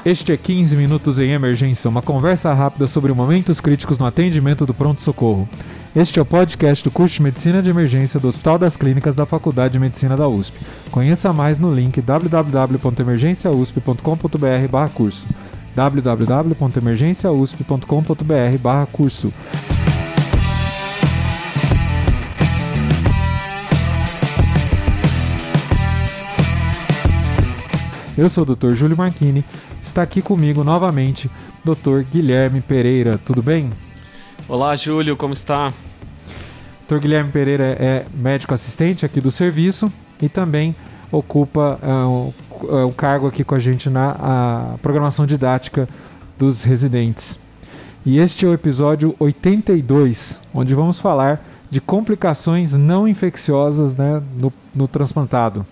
Este é 15 Minutos em Emergência, uma conversa rápida sobre momentos críticos no atendimento do pronto-socorro. Este é o podcast do curso de Medicina de Emergência do Hospital das Clínicas da Faculdade de Medicina da USP. Conheça mais no link www.emergenciausp.com.br/curso www.emergenciausp.com.br/curso. Eu sou o Dr. Júlio Marchini, está aqui comigo novamente Dr. Guilherme Pereira, tudo bem? Olá, Júlio, como está? Dr. Guilherme Pereira é médico assistente aqui do serviço e também ocupa o cargo aqui com a gente na programação didática dos residentes. E este é o episódio 82, onde vamos falar de complicações não infecciosas, né, no transplantado.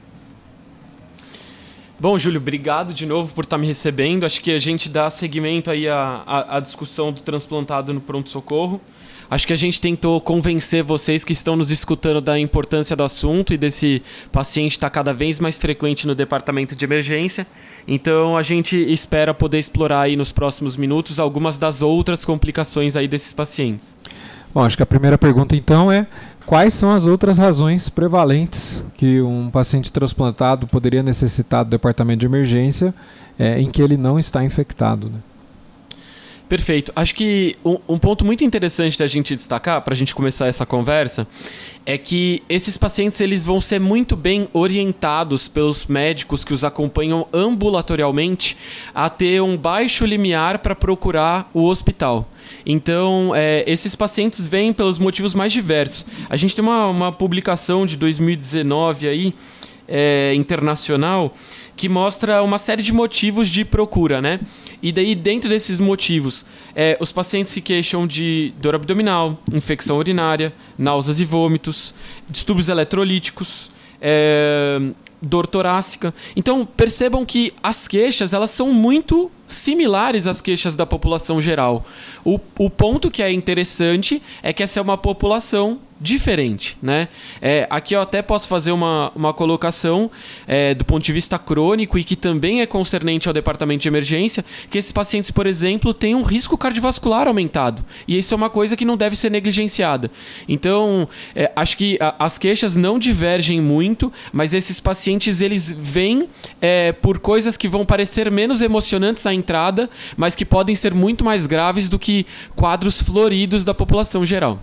Bom, Júlio, obrigado de novo por estar me recebendo. Acho que a gente dá seguimento aí à discussão do transplantado no pronto-socorro. Acho que a gente tentou convencer vocês que estão nos escutando da importância do assunto e desse paciente estar cada vez mais frequente no departamento de emergência. Então, a gente espera poder explorar aí nos próximos minutos algumas das outras complicações aí desses pacientes. Bom, acho que a primeira pergunta então é: quais são as outras razões prevalentes que um paciente transplantado poderia necessitar do departamento de emergência em que ele não está infectado, né? Perfeito. Acho que um ponto muito interessante da gente destacar, para a gente começar essa conversa, é que esses pacientes eles vão ser muito bem orientados pelos médicos que os acompanham ambulatorialmente a ter um baixo limiar para procurar o hospital. Então, esses pacientes vêm pelos motivos mais diversos. A gente tem uma publicação de 2019 aí, internacional, que mostra uma série de motivos de procura, né? E daí, dentro desses motivos, os pacientes se queixam de dor abdominal, infecção urinária, náuseas e vômitos, distúrbios eletrolíticos, dor torácica. Então, percebam que as queixas, elas são muito similares às queixas da população geral. O ponto que é interessante é que essa é uma população diferente, né? Aqui eu até posso fazer uma colocação do ponto de vista crônico e que também é concernente ao departamento de emergência, que esses pacientes, por exemplo, têm um risco cardiovascular aumentado. E isso é uma coisa que não deve ser negligenciada. Então, acho que as queixas não divergem muito, mas esses pacientes, eles vêm por coisas que vão parecer menos emocionantes à entrada, mas que podem ser muito mais graves do que quadros floridos da população geral.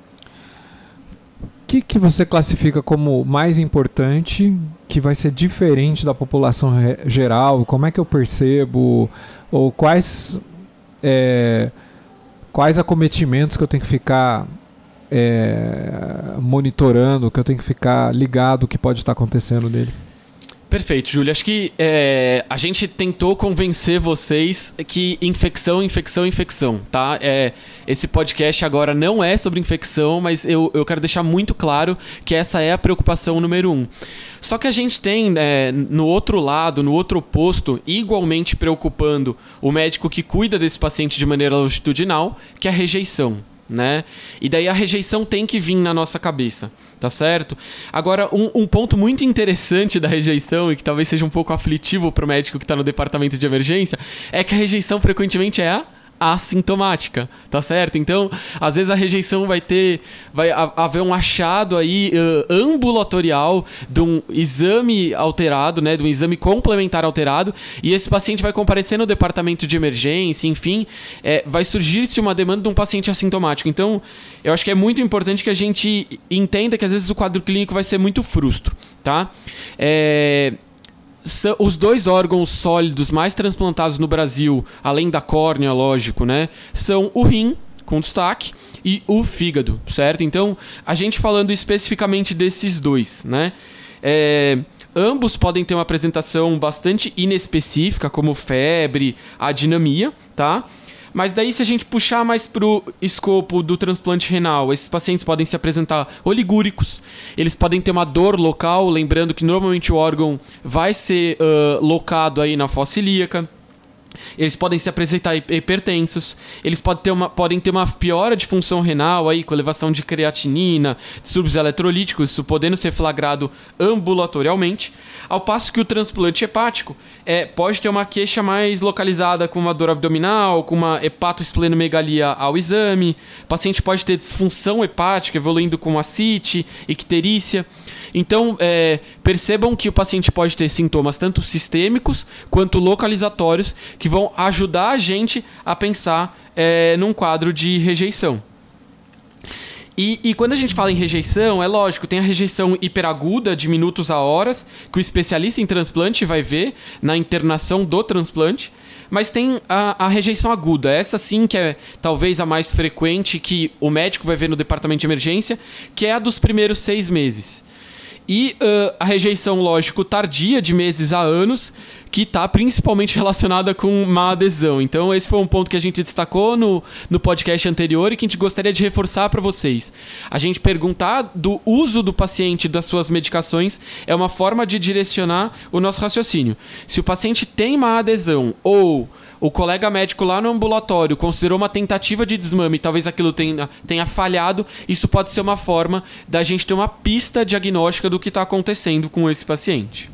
O que você classifica como mais importante, que vai ser diferente da população geral? Como é que eu percebo? Ou quais acometimentos que eu tenho que ficar monitorando, que eu tenho que ficar ligado o que pode estar acontecendo nele? Perfeito, Júlio. Acho que a gente tentou convencer vocês que infecção, tá? Esse podcast agora não é sobre infecção, mas eu quero deixar muito claro que essa é a preocupação número 1. Só que a gente tem, no outro lado, no outro oposto, igualmente preocupando o médico que cuida desse paciente de maneira longitudinal, que é a rejeição, né? E daí a rejeição tem que vir na nossa cabeça, tá certo? Agora, um ponto muito interessante da rejeição, e que talvez seja um pouco aflitivo para o médico que está no departamento de emergência, é que a rejeição frequentemente é assintomática, tá certo? Então, às vezes a rejeição vai haver um achado aí ambulatorial de um exame alterado, né, de um exame complementar alterado, e esse paciente vai comparecer no departamento de emergência, enfim, vai surgir-se uma demanda de um paciente assintomático. Então, eu acho que é muito importante que a gente entenda que às vezes o quadro clínico vai ser muito frustro, tá? Os dois órgãos sólidos mais transplantados no Brasil, além da córnea, lógico, né, são o rim, com destaque, e o fígado, certo? Então, a gente falando especificamente desses dois, né, ambos podem ter uma apresentação bastante inespecífica, como febre, adinamia, tá? Mas daí, se a gente puxar mais para o escopo do transplante renal, esses pacientes podem se apresentar oligúricos, eles podem ter uma dor local, lembrando que normalmente o órgão vai ser locado aí na fossa ilíaca. Eles podem se apresentar hipertensos, eles podem ter uma piora de função renal, aí, com elevação de creatinina, distúrbios eletrolíticos, isso podendo ser flagrado ambulatorialmente, ao passo que o transplante hepático pode ter uma queixa mais localizada, com uma dor abdominal, com uma hepatoesplenomegalia ao exame, o paciente pode ter disfunção hepática evoluindo com ascite, icterícia. Então, percebam que o paciente pode ter sintomas tanto sistêmicos quanto localizatórios que vão ajudar a gente a pensar num quadro de rejeição. E quando a gente fala em rejeição, é lógico, tem a rejeição hiperaguda de minutos a horas, que o especialista em transplante vai ver na internação do transplante, mas tem a rejeição aguda, essa sim que é talvez a mais frequente, que o médico vai ver no departamento de emergência, que é a dos primeiros 6 meses. E a rejeição, lógico, tardia, de meses a anos, que está principalmente relacionada com má adesão. Então, esse foi um ponto que a gente destacou no podcast anterior e que a gente gostaria de reforçar para vocês. A gente perguntar do uso do paciente das suas medicações é uma forma de direcionar o nosso raciocínio. Se o paciente tem má adesão ou o colega médico lá no ambulatório considerou uma tentativa de desmame e talvez aquilo tenha falhado, isso pode ser uma forma da gente ter uma pista diagnóstica do que está acontecendo com esse paciente.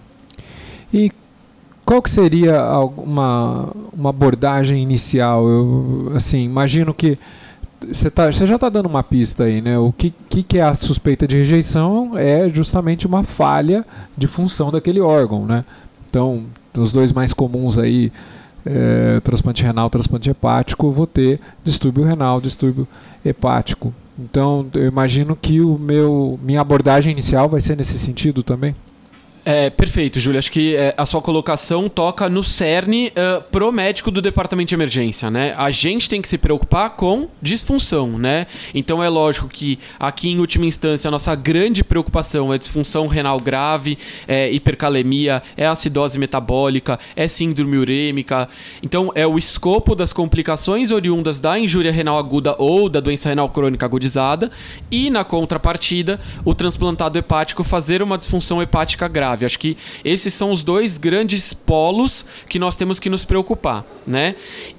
E qual que seria uma abordagem inicial? Eu, assim, imagino que você já está dando uma pista aí, né? O que é a suspeita de rejeição é justamente uma falha de função daquele órgão, né? Então, os dois mais comuns aí, transplante renal, transplante hepático, eu vou ter distúrbio renal, distúrbio hepático. Então, eu imagino que minha abordagem inicial vai ser nesse sentido também? Perfeito, Júlio. Acho que a sua colocação toca no cerne pro médico do departamento de emergência, né? A gente tem que se preocupar com disfunção, né? Então é lógico que aqui, em última instância, a nossa grande preocupação é disfunção renal grave, hipercalemia, acidose metabólica, síndrome urêmica. Então é o escopo das complicações oriundas da injúria renal aguda ou da doença renal crônica agudizada e, na contrapartida, o transplantado hepático fazer uma disfunção hepática grave. Acho que esses são os dois grandes polos que nós temos que nos preocupar, né?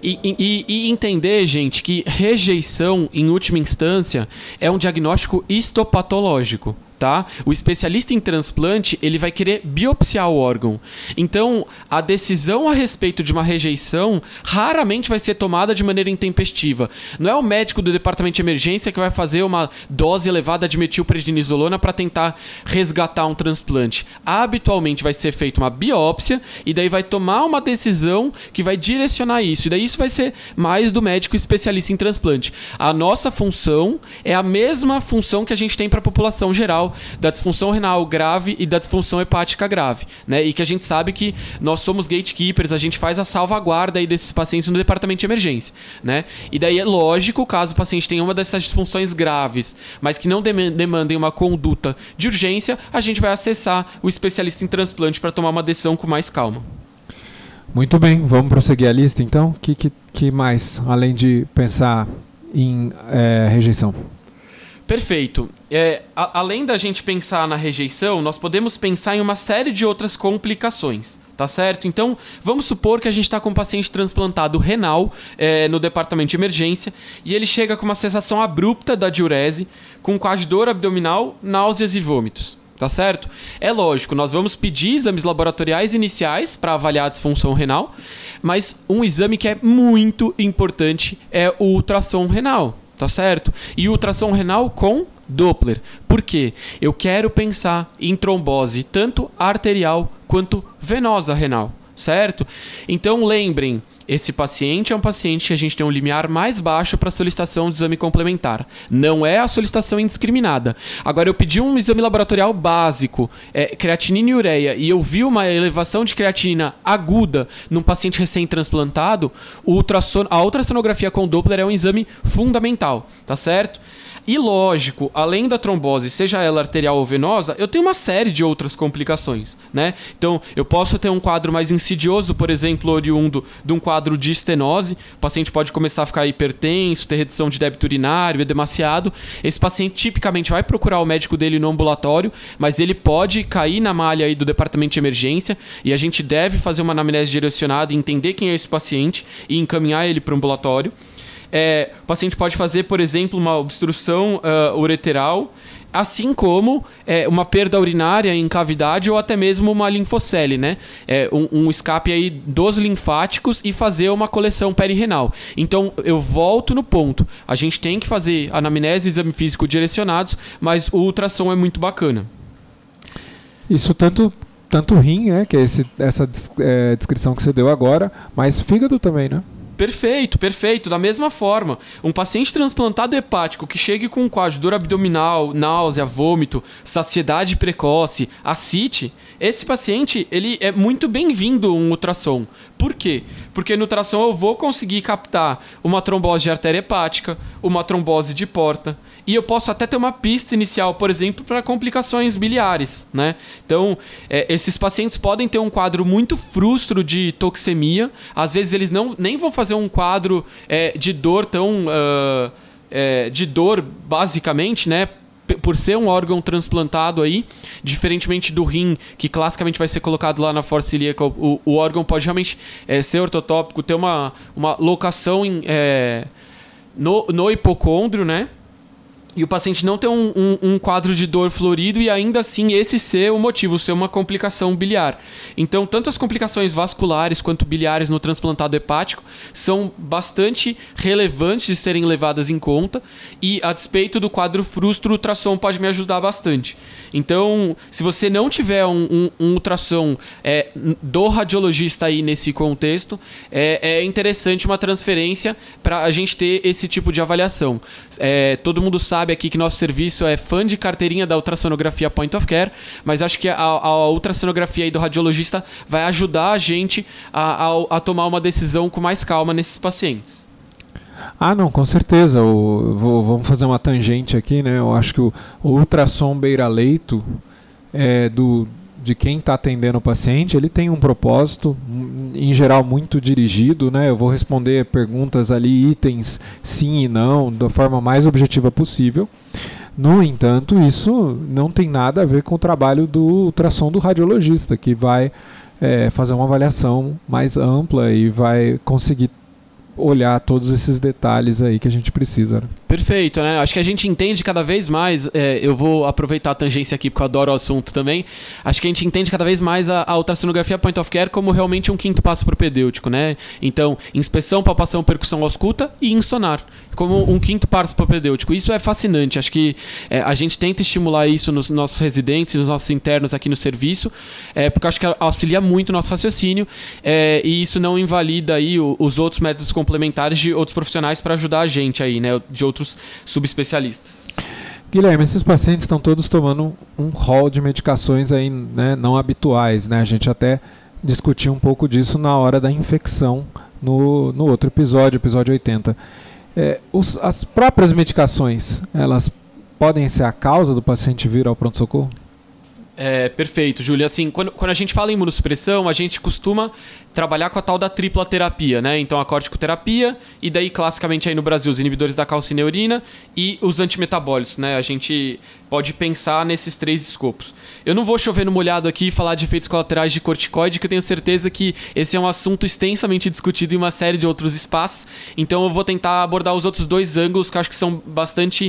E entender, gente, que rejeição, em última instância, é um diagnóstico histopatológico. Tá? O especialista em transplante, ele vai querer biopsiar o órgão. Então, a decisão a respeito de uma rejeição raramente vai ser tomada de maneira intempestiva. Não é o médico do departamento de emergência que vai fazer uma dose elevada de metilprednisolona para tentar resgatar um transplante. Habitualmente vai ser feita uma biópsia e daí vai tomar uma decisão que vai direcionar isso. E daí isso vai ser mais do médico especialista em transplante. A nossa função é a mesma função que a gente tem para a população geral, da disfunção renal grave e da disfunção hepática grave, né? E que a gente sabe que nós somos gatekeepers, a gente faz a salvaguarda aí desses pacientes no departamento de emergência, né? E daí é lógico, caso o paciente tenha uma dessas disfunções graves, mas que não demandem uma conduta de urgência, a gente vai acessar o especialista em transplante para tomar uma decisão com mais calma. Muito bem, vamos prosseguir a lista então. Que mais, além de pensar em rejeição? Perfeito. Além da gente pensar na rejeição, nós podemos pensar em uma série de outras complicações, tá certo? Então, vamos supor que a gente está com um paciente transplantado renal no departamento de emergência e ele chega com uma cessação abrupta da diurese, com quadro de dor abdominal, náuseas e vômitos. Tá certo? É lógico, nós vamos pedir exames laboratoriais iniciais para avaliar a disfunção renal, mas um exame que é muito importante é o ultrassom renal. Tá certo? E ultrassom renal com Doppler. Por quê? Eu quero pensar em trombose tanto arterial quanto venosa renal, certo? Então lembrem, esse paciente é um paciente que a gente tem um limiar mais baixo para solicitação de exame complementar. Não é a solicitação indiscriminada. Agora, eu pedi um exame laboratorial básico, creatinina e ureia, e eu vi uma elevação de creatinina aguda num paciente recém-transplantado, a ultrassonografia com Doppler é um exame fundamental, tá certo? E lógico, além da trombose, seja ela arterial ou venosa, eu tenho uma série de outras complicações, né? Então, eu posso ter um quadro mais insidioso, por exemplo, oriundo de um quadro quadro de estenose, o paciente pode começar a ficar hipertenso, ter redução de débito urinário, edemaciado. Esse paciente tipicamente vai procurar o médico dele no ambulatório, mas ele pode cair na malha aí do departamento de emergência e a gente deve fazer uma anamnese direcionada, entender quem é esse paciente e encaminhar ele para o ambulatório. O paciente pode fazer, por exemplo, uma obstrução ureteral, assim como uma perda urinária em cavidade ou até mesmo uma linfocele, né? Um escape aí dos linfáticos e fazer uma coleção perirenal. Então, eu volto no ponto. A gente tem que fazer anamnese e exame físico direcionados, mas o ultrassom é muito bacana. Isso tanto rim, né? Que é essa descrição que você deu agora, mas fígado também, né? Perfeito. Da mesma forma, um paciente transplantado hepático que chegue com um quadro de dor abdominal, náusea, vômito, saciedade precoce, ascite, esse paciente ele é muito bem-vindo um ultrassom. Por quê? Porque no ultrassom eu vou conseguir captar uma trombose de artéria hepática, uma trombose de porta, e eu posso até ter uma pista inicial, por exemplo, para complicações biliares, né? Então, esses pacientes podem ter um quadro muito frustro de toxemia. Às vezes eles nem vão fazer um quadro de dor tão... de dor, basicamente, né? Por ser um órgão transplantado aí, diferentemente do rim, que classicamente vai ser colocado lá na fossa ilíaca, o órgão pode realmente ser ortotópico, ter uma locação no hipocôndrio, né? E o paciente não ter um quadro de dor florido e ainda assim esse ser o motivo, ser uma complicação biliar. Então, tanto as complicações vasculares quanto biliares no transplantado hepático são bastante relevantes de serem levadas em conta e, a despeito do quadro frustro, o ultrassom pode me ajudar bastante. Então, se você não tiver um ultrassom do radiologista aí nesse contexto, é interessante uma transferência para a gente ter esse tipo de avaliação. Todo mundo sabe aqui que nosso serviço é fã de carteirinha da ultrassonografia Point of Care, mas acho que a ultrassonografia aí do radiologista vai ajudar a gente a tomar uma decisão com mais calma nesses pacientes. Não, com certeza. Vamos fazer uma tangente aqui, né? Eu acho que o ultrassom beira-leito de quem está atendendo o paciente, ele tem um propósito, em geral, muito dirigido, né? Eu vou responder perguntas ali, itens sim e não, da forma mais objetiva possível. No entanto, isso não tem nada a ver com o trabalho do ultrassom do radiologista, que vai fazer uma avaliação mais ampla e vai conseguir olhar todos esses detalhes aí que a gente precisa, né? Perfeito, né? Acho que a gente entende cada vez mais, eu vou aproveitar a tangência aqui porque eu adoro o assunto também, acho que a gente entende cada vez mais a ultrassonografia Point of Care como realmente um quinto passo propedêutico, né? Então, inspeção, palpação, percussão, ausculta e insonar, como um quinto passo propedêutico. Isso é fascinante, acho que a gente tenta estimular isso nos nossos residentes, nos nossos internos aqui no serviço, porque acho que auxilia muito o nosso raciocínio, e isso não invalida aí os outros métodos complementares de outros profissionais para ajudar a gente aí, né? De outros subespecialistas. Guilherme, esses pacientes estão todos tomando um rol de medicações aí, né, não habituais, né? A gente até discutiu um pouco disso na hora da infecção no outro episódio 80. As próprias medicações, elas podem ser a causa do paciente vir ao pronto-socorro? Perfeito, Júlio. Assim, quando a gente fala em imunossupressão, a gente costuma trabalhar com a tal da tripla terapia, né? Então, a corticoterapia e daí, classicamente, aí no Brasil, os inibidores da calcineurina e os antimetabólicos, né? A gente pode pensar nesses três escopos. Eu não vou chover no molhado aqui e falar de efeitos colaterais de corticoide, que eu tenho certeza que esse é um assunto extensamente discutido em uma série de outros espaços. Então, eu vou tentar abordar os outros dois ângulos que eu acho que são bastante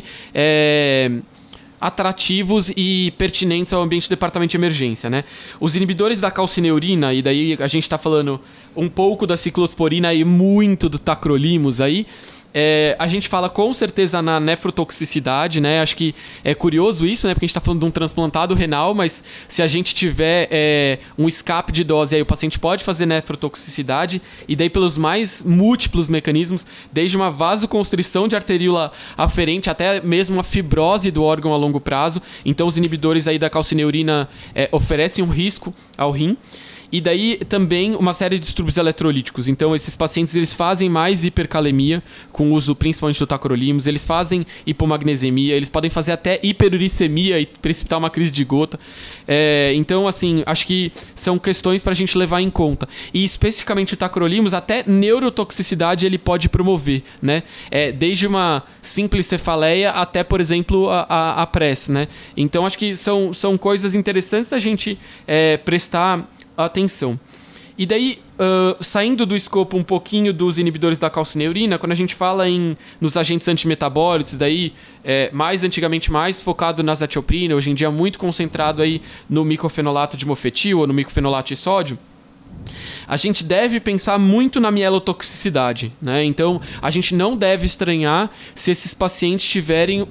atrativos e pertinentes ao ambiente do departamento de emergência, né? Os inibidores da calcineurina, e daí a gente está falando um pouco da ciclosporina e muito do tacrolimus aí, a gente fala com certeza na nefrotoxicidade, né? Acho que é curioso isso, né? Porque a gente está falando de um transplantado renal, mas se a gente tiver um escape de dose, aí o paciente pode fazer nefrotoxicidade, e daí pelos mais múltiplos mecanismos, desde uma vasoconstrição de arteríola aferente até mesmo uma fibrose do órgão a longo prazo. Então os inibidores aí da calcineurina oferecem um risco ao rim. E daí também uma série de distúrbios eletrolíticos. Então esses pacientes eles fazem mais hipercalemia, com o uso principalmente do tacrolimus, eles fazem hipomagnesemia, eles podem fazer até hiperuricemia e precipitar uma crise de gota. Então, assim, acho que são questões para a gente levar em conta. E especificamente o tacrolimus, até neurotoxicidade ele pode promover, né? Desde uma simples cefaleia até, por exemplo, a press, né? Então, acho que são coisas interessantes a gente prestar atenção. E daí, saindo do escopo um pouquinho dos inibidores da calcineurina, quando a gente fala nos agentes antimetabólicos, daí, mais antigamente mais focado na azatioprina, hoje em dia muito concentrado aí no micofenolato de mofetil ou no micofenolato de sódio, a gente deve pensar muito na mielotoxicidade, né? Então, a gente não deve estranhar se esses pacientes tiverem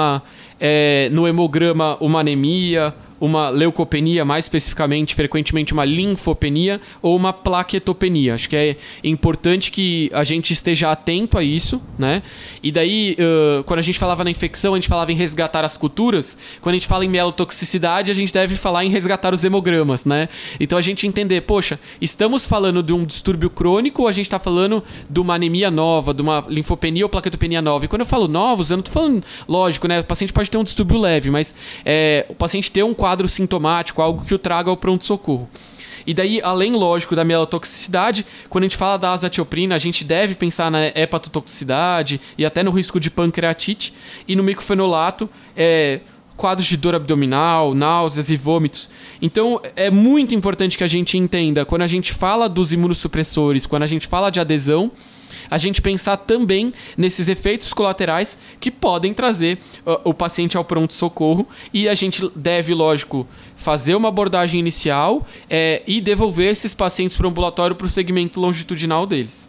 no hemograma uma anemia, uma leucopenia, mais especificamente, frequentemente uma linfopenia ou uma plaquetopenia. Acho que é importante que a gente esteja atento a isso, né? E daí, quando a gente falava na infecção, a gente falava em resgatar as culturas. Quando a gente fala em mielotoxicidade, a gente deve falar em resgatar os hemogramas, né? Então a gente entender, poxa, estamos falando de um distúrbio crônico ou a gente está falando de uma anemia nova, de uma linfopenia ou plaquetopenia nova? E quando eu falo novos, eu não estou falando, lógico, né? O paciente pode ter um distúrbio leve, mas o paciente ter um quadro sintomático, algo que o traga ao pronto-socorro. E daí, além, lógico, da mielotoxicidade, quando a gente fala da azatioprina, a gente deve pensar na hepatotoxicidade e até no risco de pancreatite. E no micofenolato, quadros de dor abdominal, náuseas e vômitos. Então, é muito importante que a gente entenda, quando a gente fala dos imunossupressores, quando a gente fala de adesão, a gente pensar também nesses efeitos colaterais que podem trazer o paciente ao pronto-socorro, e a gente deve, lógico, fazer uma abordagem inicial e devolver esses pacientes para o ambulatório para o segmento longitudinal deles.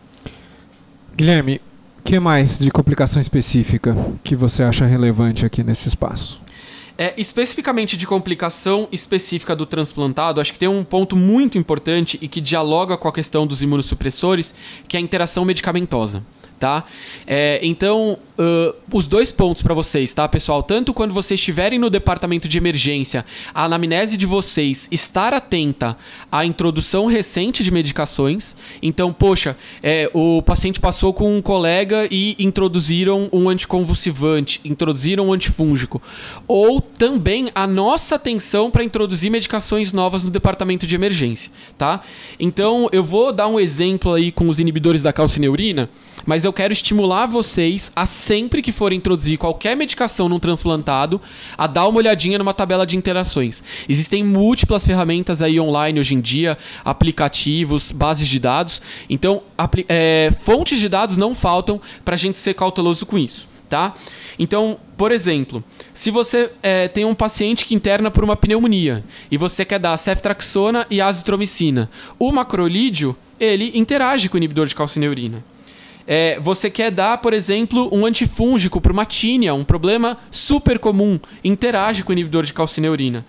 Guilherme, o que mais de complicação específica que você acha relevante aqui nesse espaço? Especificamente de complicação específica do transplantado, acho que tem um ponto muito importante e que dialoga com a questão dos imunossupressores, que é a interação medicamentosa. Tá? Então, os dois pontos para vocês, tá, pessoal? Tanto quando vocês estiverem no departamento de emergência, a anamnese de vocês estar atenta à introdução recente de medicações. Então, poxa, o paciente passou com um colega e introduziram um anticonvulsivante, introduziram um antifúngico. Ou também a nossa atenção para introduzir medicações novas no departamento de emergência, tá? Então, eu vou dar um exemplo aí com os inibidores da calcineurina, mas eu quero estimular vocês a, sempre que forem introduzir qualquer medicação num transplantado, a dar uma olhadinha numa tabela de interações. Existem múltiplas ferramentas aí online hoje em dia, aplicativos, bases de dados. Então, fontes de dados não faltam para a gente ser cauteloso com isso, tá? Então, por exemplo, se você tem um paciente que interna por uma pneumonia e você quer dar ceftriaxona e azitromicina, o macrolídeo, ele interage com o inibidor de calcineurina. Você quer dar, por exemplo, um antifúngico para uma tínia, um problema super comum, interage com o inibidor de calcineurina.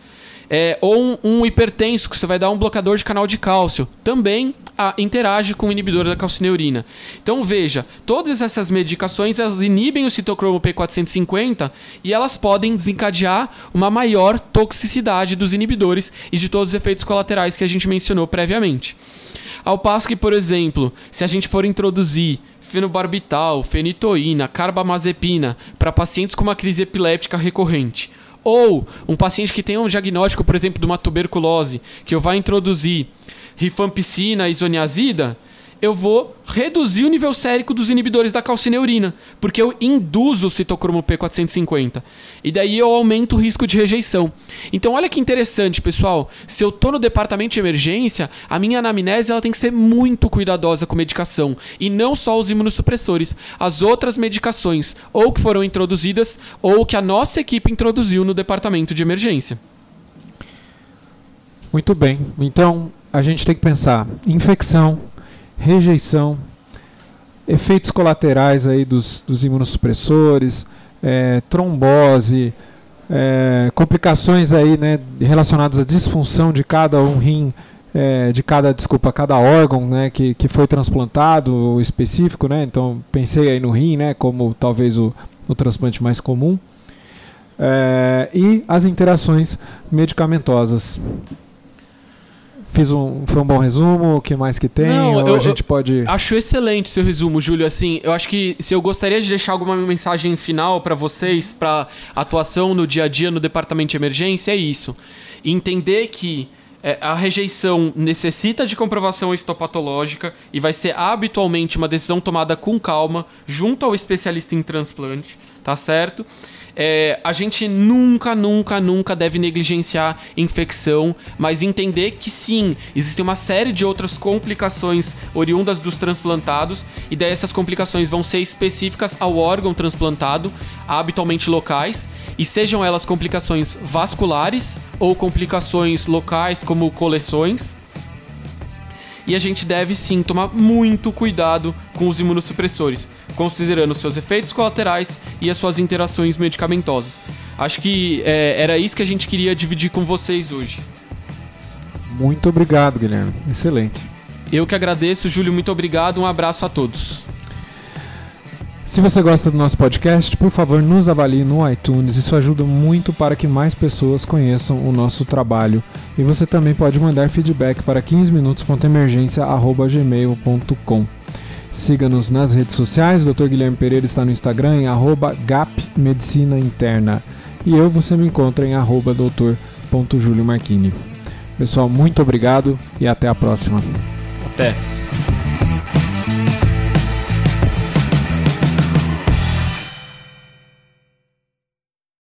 Ou um hipertenso, que você vai dar um blocador de canal de cálcio, também interage com o inibidor da calcineurina. Então veja, todas essas medicações elas inibem o citocromo P450 e elas podem desencadear uma maior toxicidade dos inibidores e de todos os efeitos colaterais que a gente mencionou previamente. Ao passo que, por exemplo, se a gente for introduzir fenobarbital, fenitoína, carbamazepina para pacientes com uma crise epiléptica recorrente, ou um paciente que tem um diagnóstico, por exemplo, de uma tuberculose, que eu vou introduzir rifampicina, isoniazida, eu vou reduzir o nível sérico dos inibidores da calcineurina, porque eu induzo o citocromo P450. E daí eu aumento o risco de rejeição. Então olha que interessante, pessoal. Se eu estou no departamento de emergência, a minha anamnese ela tem que ser muito cuidadosa com medicação. E não só os imunossupressores. As outras medicações, ou que foram introduzidas, ou que a nossa equipe introduziu no departamento de emergência. Muito bem. Então a gente tem que pensar infecção, rejeição, efeitos colaterais aí dos imunossupressores, trombose, complicações aí, né, relacionadas à disfunção de cada rim, cada órgão, né, que foi transplantado específico, né? Então pensei aí no rim, né, como talvez o transplante mais comum, e as interações medicamentosas. Foi um bom resumo? O que mais que tem? Não, ou a gente pode... Acho excelente seu resumo, Júlio. Assim, eu acho que se eu gostaria de deixar alguma mensagem final para vocês, para atuação no dia a dia no departamento de emergência, é isso. Entender que a rejeição necessita de comprovação histopatológica e vai ser habitualmente uma decisão tomada com calma, junto ao especialista em transplante, tá certo? A gente nunca deve negligenciar infecção, mas entender que sim, existem uma série de outras complicações oriundas dos transplantados, e daí essas complicações vão ser específicas ao órgão transplantado, habitualmente locais, e sejam elas complicações vasculares ou complicações locais como coleções. E a gente deve sim tomar muito cuidado com os imunossupressores, considerando seus efeitos colaterais e as suas interações medicamentosas. Acho que era isso que a gente queria dividir com vocês hoje. Muito obrigado, Guilherme. Excelente. Eu que agradeço, Júlio. Muito obrigado. Um abraço a todos. Se você gosta do nosso podcast, por favor, nos avalie no iTunes. Isso ajuda muito para que mais pessoas conheçam o nosso trabalho. E você também pode mandar feedback para 15minutos.emergência@gmail.com. Siga-nos nas redes sociais. O Dr. Guilherme Pereira está no Instagram em @gapmedicinainterna. E você me encontra em @dr.juliomarchini. Pessoal, muito obrigado e até a próxima. Até.